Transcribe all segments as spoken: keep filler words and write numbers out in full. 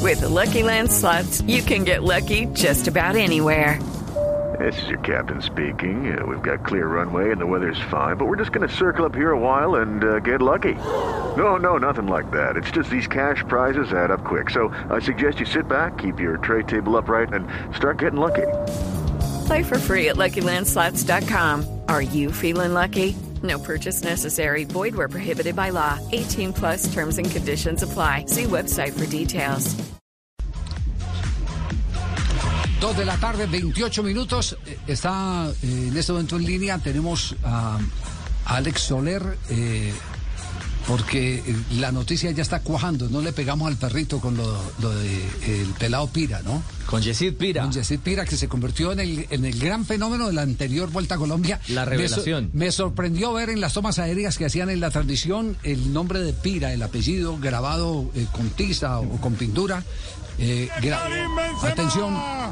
With the Lucky Land Slots, you can get lucky just about anywhere. This is your captain speaking. Uh, we've got clear runway and the weather's fine, but we're just going to circle up here a while and uh, get lucky. No, no, nothing like that. It's just these cash prizes add up quick. So I suggest you sit back, keep your tray table upright, and start getting lucky. Play for free at Lucky Land Slots dot com. Are you feeling lucky? No purchase necessary. Void where prohibited by law. eighteen plus terms and conditions apply. See website for details. Dos de la tarde, veintiocho minutos. Está eh, en este momento en línea. Tenemos a, a Alex Soler, eh, porque la noticia ya está cuajando. No le pegamos al perrito con lo, lo de el pelado Pira, ¿no? Con Yesid Pira. Con Yesid Pira, que se convirtió en el, en el gran fenómeno de la anterior Vuelta a Colombia. La revelación. Me, so, me sorprendió ver en las tomas aéreas que hacían en la transmisión el nombre de Pira, el apellido grabado eh, con tiza o con pintura. Eh, gra- atención.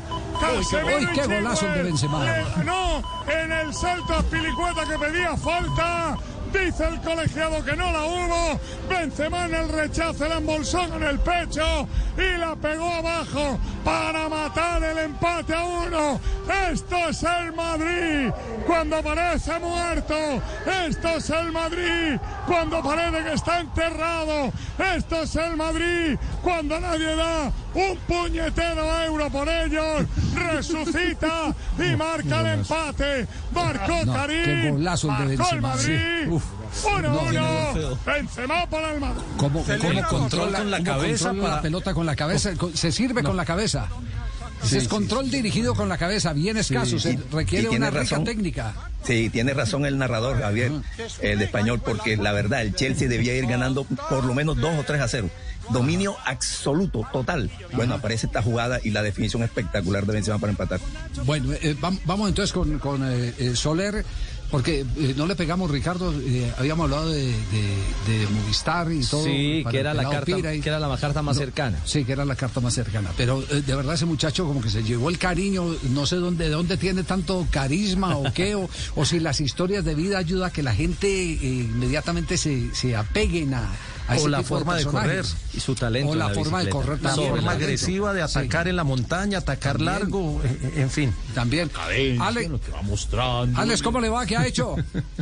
Uy, qué golazo de Benzema. No, en el salto a Pilicueta que pedía falta. Dice el colegiado que no la hubo. Benzema en el rechace la embolsó en el pecho y la pegó abajo para matar el empate a uno. Esto es el Madrid cuando parece muerto. Esto es el Madrid cuando parece que está enterrado. Esto es el Madrid cuando nadie da un puñetero euro por ellos. Resucita y marca el empate. Marcó no, Karim. Qué golazo el de Marcó el Benzema. Madrid. Sí. Uf. Uno, no, uno. Benzema para el Madrid. ¿Cómo, cómo controla, con la cómo cabeza controla para... la pelota con la cabeza? Se sirve no. con la cabeza. Sí, es sí, control sí. dirigido con la cabeza, bien escaso, sí, se requiere una rica técnica. Sí, tiene razón el narrador, Javier, el de español, porque la verdad, el Chelsea debía ir ganando por lo menos dos o tres a cero. Dominio absoluto, total. Bueno, aparece esta jugada y la definición espectacular de Benzema para empatar. Bueno, eh, vamos entonces con, con eh, Soler. Porque eh, no le pegamos, Ricardo, eh, habíamos hablado de, de, de Movistar y todo. Sí, que era, la carta, y... que era la carta más no, cercana. Sí, que era la carta más cercana. Pero eh, de verdad ese muchacho como que se llevó el cariño, no sé dónde, de dónde tiene tanto carisma o qué, o, o si las historias de vida ayudan a que la gente eh, inmediatamente se, se apeguen a... O la forma de, de correr y su talento. O la, la forma de correr la también. La forma agresiva de atacar sí. en la montaña, atacar también. largo, en, en fin. También. Alex, lo que va mostrando. Alex, ¿cómo le va? ¿Qué ha hecho?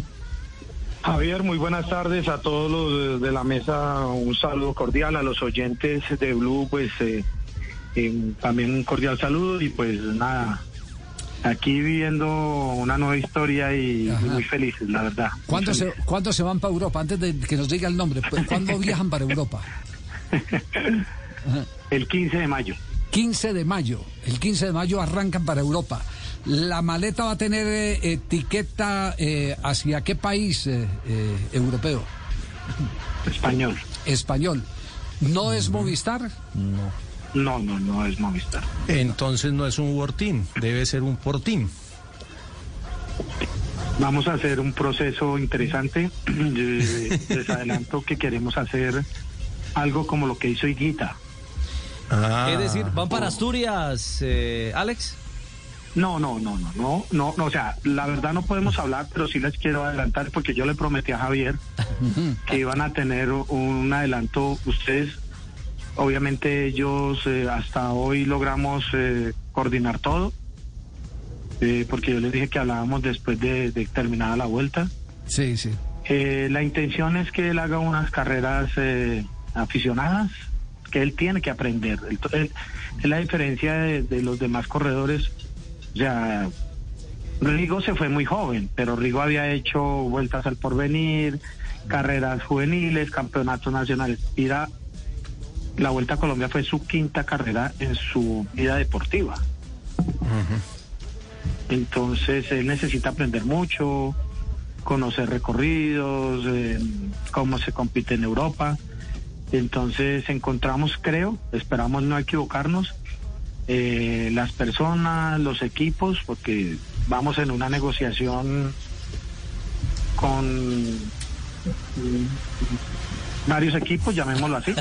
Javier, muy buenas tardes a todos los de la mesa. Un saludo cordial a los oyentes de Blue, pues eh, eh, también un cordial saludo y pues nada. Aquí viviendo una nueva historia y, y muy felices, la verdad. ¿Cuándo se, ¿Cuándo se van para Europa? Antes de que nos diga el nombre, ¿cuándo viajan para Europa? El quince de mayo. quince de mayo. El quince de mayo arrancan para Europa. ¿La maleta va a tener eh, etiqueta eh, hacia qué país eh, eh, europeo? Español. Español. ¿No es Movistar? No. No, no, no es Movistar. Entonces no es un World Team, debe ser un Por Team. Vamos a hacer un proceso interesante. Les adelanto que queremos hacer algo como lo que hizo Higuita. Ah. Es decir, ¿van para Asturias, eh, Alex? No, no, no, no, no, no, no, o sea, la verdad no podemos hablar, pero sí les quiero adelantar porque yo le prometí a Javier que iban a tener un adelanto ustedes. Obviamente ellos eh, hasta hoy logramos eh, coordinar todo, eh, porque yo les dije que hablábamos después de, de terminada la vuelta. Sí, sí. Eh, la intención es que él haga unas carreras eh, aficionadas, que él tiene que aprender. Es la diferencia de, de los demás corredores. O sea, Rigo se fue muy joven, pero Rigo había hecho vueltas al porvenir, carreras juveniles, campeonatos nacionales. Ira, la Vuelta a Colombia fue su quinta carrera en su vida deportiva. Uh-huh. Entonces él necesita aprender mucho, conocer recorridos, eh, cómo se compite en Europa. Entonces encontramos, creo, esperamos no equivocarnos, eh, las personas, los equipos, porque vamos en una negociación con mm, varios equipos, llamémoslo así.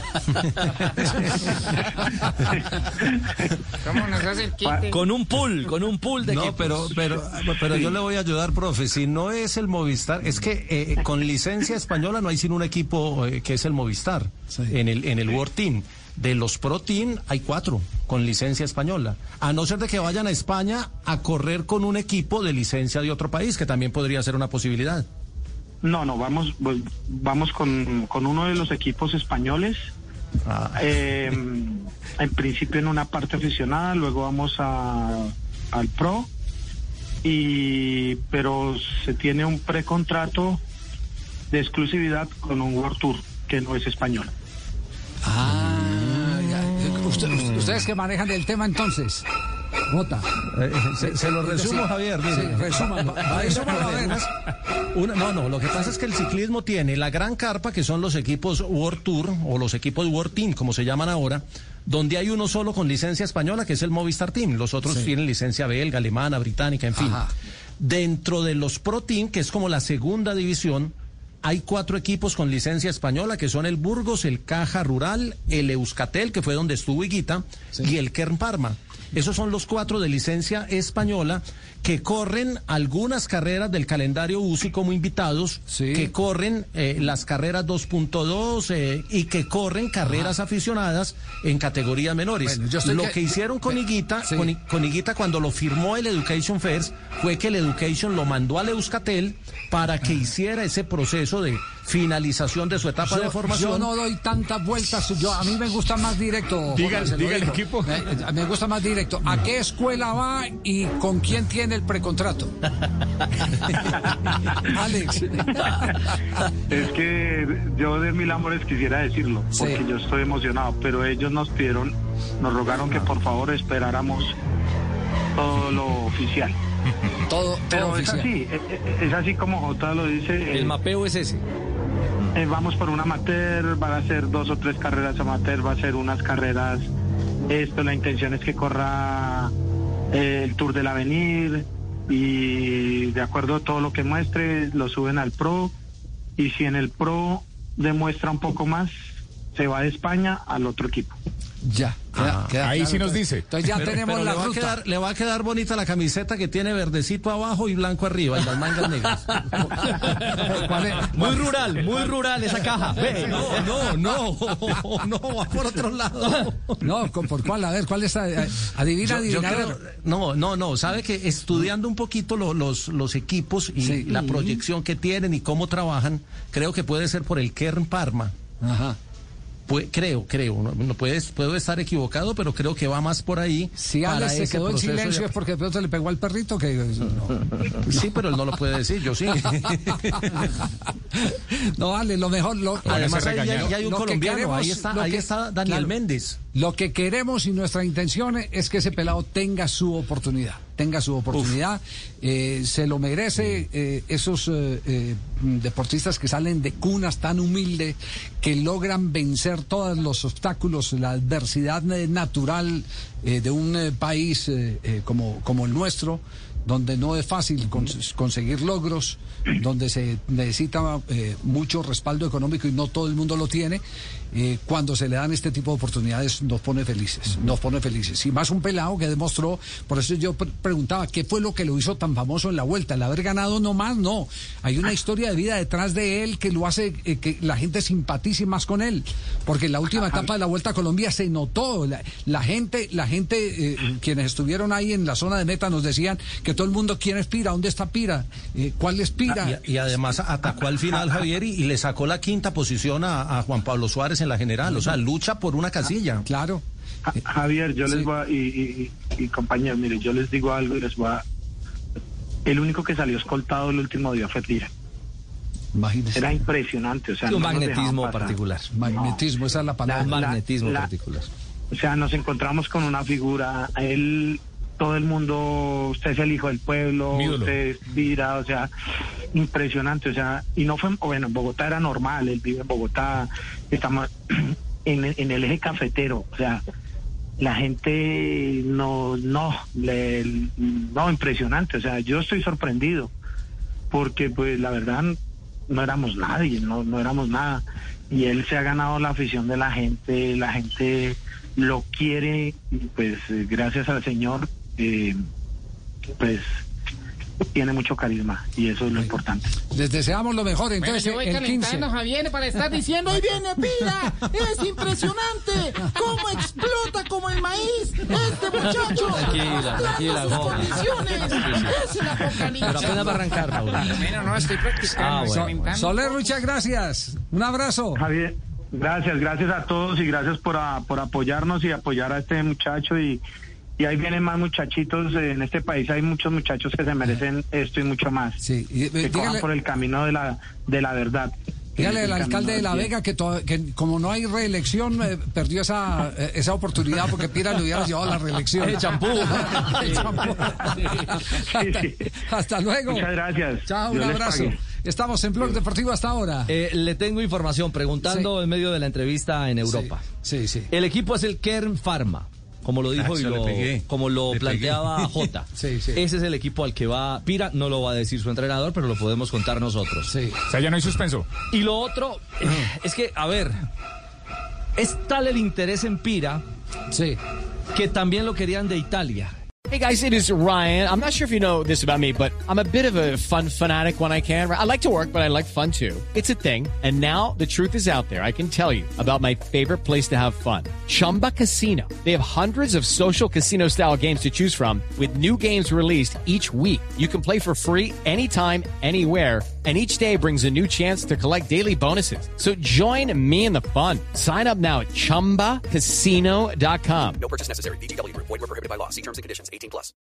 ¿Cómo nos hace el quite? Con un pool, con un pool de no, equipos. pero, pero, pero yo le voy a ayudar, profe. Si no es el Movistar, es que eh, con licencia española no hay sino un equipo eh, que es el Movistar, sí. en el en el World Team. de los Pro Team hay cuatro con licencia española, a no ser de que vayan a España a correr con un equipo de licencia de otro país, que también podría ser una posibilidad. No, no, vamos pues, vamos con, con uno de los equipos españoles, ah. eh, en principio en una parte aficionada, luego vamos a, al Pro, y pero se tiene un precontrato de exclusividad con un World Tour que no es español. Ah, ya. Usted, ustedes que manejan el tema entonces. Jota. Eh, se, se lo resumo, sí, Javier. Mire. Sí, resúmalo. Una, no, no, lo que pasa es que el ciclismo tiene la gran carpa, que son los equipos World Tour o los equipos World Team, como se llaman ahora, donde hay uno solo con licencia española, que es el Movistar Team. Los otros sí. tienen licencia belga, alemana, británica, en fin. Ajá. Dentro de los Pro Team, que es como la segunda división, hay cuatro equipos con licencia española, que son el Burgos, el Caja Rural, el Euskaltel, que fue donde estuvo Higuita, sí. y el Kern Parma. Esos son los cuatro de licencia española que corren algunas carreras del calendario U C I como invitados, sí. que corren eh, las carreras dos punto dos eh, y que corren carreras Ajá. aficionadas en categorías menores. Bueno, lo que... que hicieron con Higuita, sí. con, con Higuita cuando lo firmó el Education First, fue que el Education lo mandó al Euskaltel para que hiciera ese proceso de finalización de su etapa yo, de formación. Yo no doy tantas vueltas, yo a mí me gusta más directo. Diga, diga el equipo. Me, me gusta más directo. ¿A qué escuela va y con quién tiene el precontrato? Alex. Es que yo de mil amores quisiera decirlo, porque sí. yo estoy emocionado, pero ellos nos pidieron, nos rogaron que por favor esperáramos todo lo oficial. Todo, todo pero oficial. es así, es, es así como Jota lo dice. El eh, mapeo es ese. Eh, vamos por un amateur, van a ser dos o tres carreras amateur, va a ser unas carreras. Esto, la intención es que corra eh, el Tour del Avenir, y de acuerdo a todo lo que muestre, lo suben al Pro, y si en el Pro demuestra un poco más, se va de España al otro equipo. Ya, queda, ah, queda ahí claro, sí nos entonces, dice. Entonces ya pero, tenemos pero la le va ruta. A quedar, le va a quedar bonita la camiseta que tiene verdecito abajo y blanco arriba, y las mangas negras. ¿Cuál es? Muy rural, muy rural esa caja. Ve. No, no, no, no, va por otro lado. No, ¿por cuál? A ver, ¿cuál es? Adivina, yo, adivina. Yo creo, no, no, no, sabe que estudiando un poquito lo, los, los equipos y sí. la proyección que tienen y cómo trabajan, creo que puede ser por el Kern Parma. Ajá. Pues, creo, creo, no, no puedes, puedo estar equivocado, pero creo que va más por ahí. Si Alex se quedó en silencio de... es porque de pronto le pegó al perrito que no. Sí, pero él no lo puede decir, yo sí. No, vale, lo mejor. Lo, Además, ahí ya, ya hay un colombiano, queremos, ahí está, ahí que, está Daniel claro, Méndez. Lo que queremos y nuestra intención es que ese pelado tenga su oportunidad, tenga su oportunidad, eh, se lo merece, eh, esos eh, eh, deportistas que salen de cunas tan humildes, que logran vencer todos los obstáculos, la adversidad natural eh, de un eh, país eh, eh, como, como el nuestro, donde no es fácil cons- conseguir logros, donde se necesita eh, mucho respaldo económico y no todo el mundo lo tiene. Eh, cuando se le dan este tipo de oportunidades nos pone felices, nos pone felices. Y más un pelado que demostró, por eso yo pre- preguntaba, ¿qué fue lo que lo hizo tan famoso en la Vuelta? ¿El haber ganado no más? No. Hay una historia de vida detrás de él que lo hace eh, que la gente simpatice más con él. Porque en la última etapa de la Vuelta a Colombia se notó. La, la gente, la gente eh, quienes estuvieron ahí en la zona de meta nos decían que todo el mundo, ¿quién es Pira? ¿Dónde está Pira? Eh, ¿Cuál es Pira? Ah, y, y además atacó al final Javier y, y le sacó la quinta posición a, a Juan Pablo Suárez en la general, o sea, lucha por una casilla. Ah, claro. Ja, Javier, yo sí. les voy a, y, y, y compañeros, mire, yo les digo algo y les voy a... El único que salió escoltado el último día fue Pira. Imagínese. Era impresionante, o sea... Un no magnetismo particular. Magnetismo, no. Esa es la palabra. Un magnetismo la, particular. O sea, nos encontramos con una figura, él... Todo el mundo, usted es el hijo del pueblo, usted es Pira, o sea, impresionante, o sea, y no fue, bueno, en Bogotá era normal, él vive en Bogotá, estamos en, en el eje cafetero, o sea, la gente no, no, le, no, impresionante, o sea, yo estoy sorprendido, porque pues la verdad no éramos nadie, no, no éramos nada, y él se ha ganado la afición de la gente, la gente lo quiere, y pues gracias al Señor, Eh, pues tiene mucho carisma y eso es lo importante. Les deseamos lo mejor. Entonces, bueno, yo voy el quince. calentando, Javier, para estar diciendo, ahí viene Pira, es impresionante, cómo explota como el maíz este muchacho. Tranquila, tranquila, sus joven. condiciones, es el apocalipsis. Pero apenas va a arrancar, Raúl. Bueno, no, estoy practicando. Ah, bueno. calentando. Soler, muchas gracias. Un abrazo. Javier, gracias, gracias a todos y gracias por, a, por apoyarnos y apoyar a este muchacho y, y ahí vienen más muchachitos. En este país hay muchos muchachos que se merecen esto y mucho más. Sí, y, eh, que cojan dígale, por el camino de la, de la verdad. dígale El al camino alcalde de del La bien. Vega que, to- que como no hay reelección, eh, perdió esa, eh, esa oportunidad porque Pira le hubiera llevado a la reelección. El champú. El champú. hasta, hasta luego. Muchas gracias. Chao, un Dios les abrazo. pague. Estamos en Blog Deportivo hasta ahora. Eh, le tengo información preguntando Sí. en medio de la entrevista en Europa. Sí, sí. El equipo es el Kern Pharma, como lo dijo Ah, y eso le lo, pegué. como lo Le planteaba pegué. Jota. Sí, sí. Ese es el equipo al que va Pira, no lo va a decir su entrenador, pero lo podemos contar nosotros. Sí. O sea, ya no hay suspenso. Y lo otro, eh, es que, a ver, es tal el interés en Pira Sí. que también lo querían de Italia. Hey guys, it is Ryan. I'm not sure if you know this about me, but I'm a bit of a fun fanatic when I can. I like to work, but I like fun too. It's a thing. And now the truth is out there. I can tell you about my favorite place to have fun. Chumba Casino. They have hundreds of social casino style games to choose from with new games released each week. You can play for free anytime, anywhere. And each day brings a new chance to collect daily bonuses. So join me in the fun. Sign up now at chumba casino dot com. No purchase necessary. V G W Group. Void where prohibited by law. See terms and conditions. eighteen plus.